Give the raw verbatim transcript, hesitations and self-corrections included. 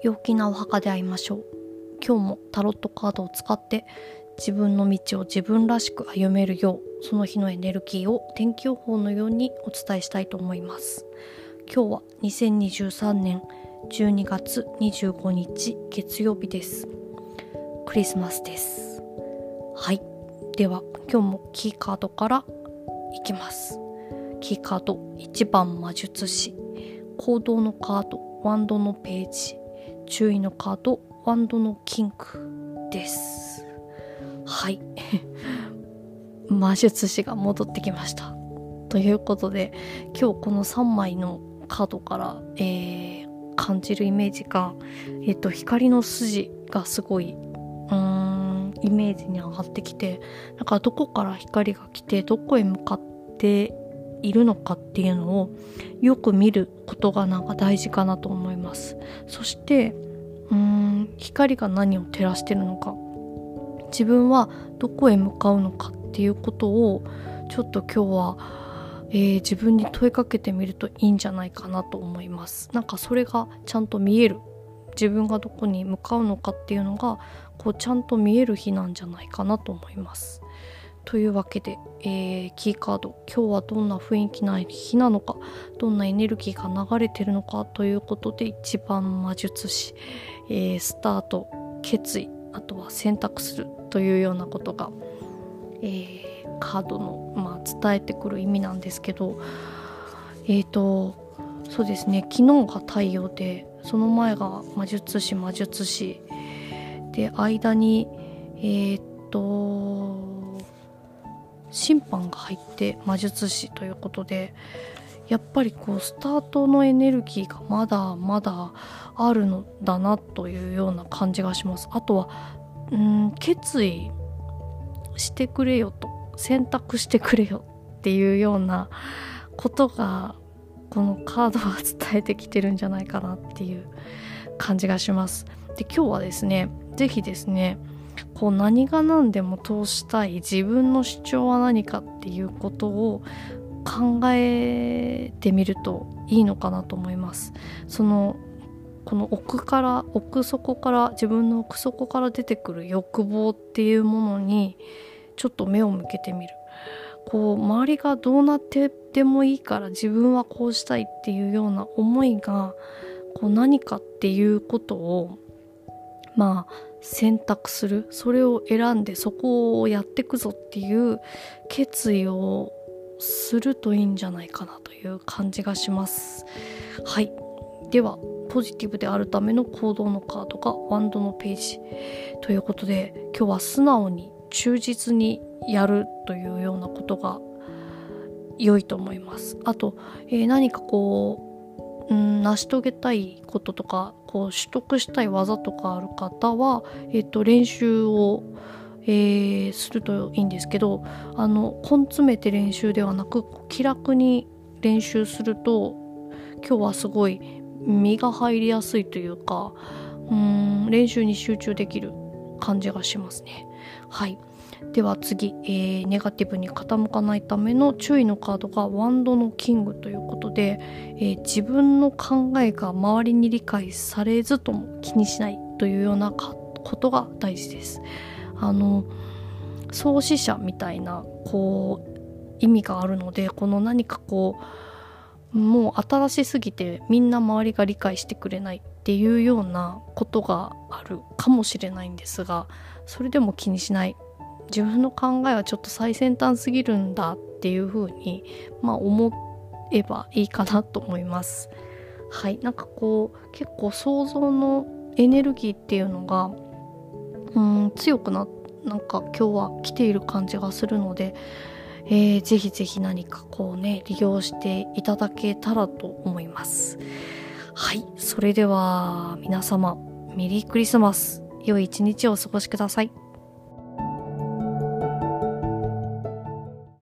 陽気なお墓で会いましょう。今日もタロットカードを使って自分の道を自分らしく歩めるよう、その日のエネルギーを天気予報のようにお伝えしたいと思います。今日はにせんにじゅうさんねんじゅうにがつにじゅうごにち月曜日です。クリスマスです。はい、では今日もキーカードからいきます。キーカードいちばん魔術師、行動のカードワンドのページ、注意のカードワンドのキングです。はい魔術師が戻ってきましたということで、今日このさんまいのカードから、えー、感じるイメージが、えーと、光の筋がすごいうーんイメージに上がってきて、なんかどこから光が来てどこへ向かっているのかっていうのをよく見ることがなんか大事かなと思います。そしてうーん光が何を照らしてるのか、自分はどこへ向かうのかっていうことをちょっと今日は、えー、自分に問いかけてみるといいんじゃないかなと思います。なんかそれがちゃんと見える、自分がどこに向かうのかっていうのがこうちゃんと見える日なんじゃないかなと思います。というわけで、えー、キーカード、今日はどんな雰囲気な日なのか、どんなエネルギーが流れてるのかということで、一番魔術師、えー、スタート、決意、あとは選択するというようなことが、えー、カードの、まあ、伝えてくる意味なんですけど、えーとそうですね、昨日が太陽で、その前が魔術師魔術師で、間にえーと審判が入って魔術師ということで、やっぱりこうスタートのエネルギーがまだまだあるのだなというような感じがします。あとはうーん決意してくれよと、選択してくれよっていうようなことがこのカードは伝えてきてるんじゃないかなっていう感じがします。で、今日はですね、ぜひですね、こう何が何でも通したい自分の主張は何かっていうことを考えてみるといいのかなと思います。そのこの奥から奥底から自分の奥底から出てくる欲望っていうものにちょっと目を向けてみる。こう周りがどうなってでもいいから自分はこうしたいっていうような思いがこう何かっていうことをまあ選択する、それを選んでそこをやっていくぞっていう決意をするといいんじゃないかなという感じがします。はい、ではポジティブであるための行動のカードがワンドのページということで、今日は素直に忠実にやるというようなことが良いと思います。あと、えー、何かこううん、成し遂げたいこととかこう取得したい技とかある方は、えー、と練習を、えー、するといいんですけど、あの根詰めて練習ではなく気楽に練習すると今日はすごい身が入りやすいというか、うーん練習に集中できる感じがしますね。はい、では次、えー、ネガティブに傾かないための注意のカードがワンドのキングということで、えー、自分の考えが周りに理解されずとも気にしないというようなことが大事です。あの創始者みたいなこう意味があるので、この何かこうもう新しすぎてみんな周りが理解してくれないっていうようなことがあるかもしれないんですが、それでも気にしない、自分の考えはちょっと最先端すぎるんだっていう風に、まあ、思えばいいかなと思います。はい、なんかこう結構想像のエネルギーっていうのがうん強くななんか今日は来ている感じがするので、えー、ぜひぜひ何かこうね利用していただけたらと思います。はい、それでは皆様メリークリスマス、良い一日をお過ごしください。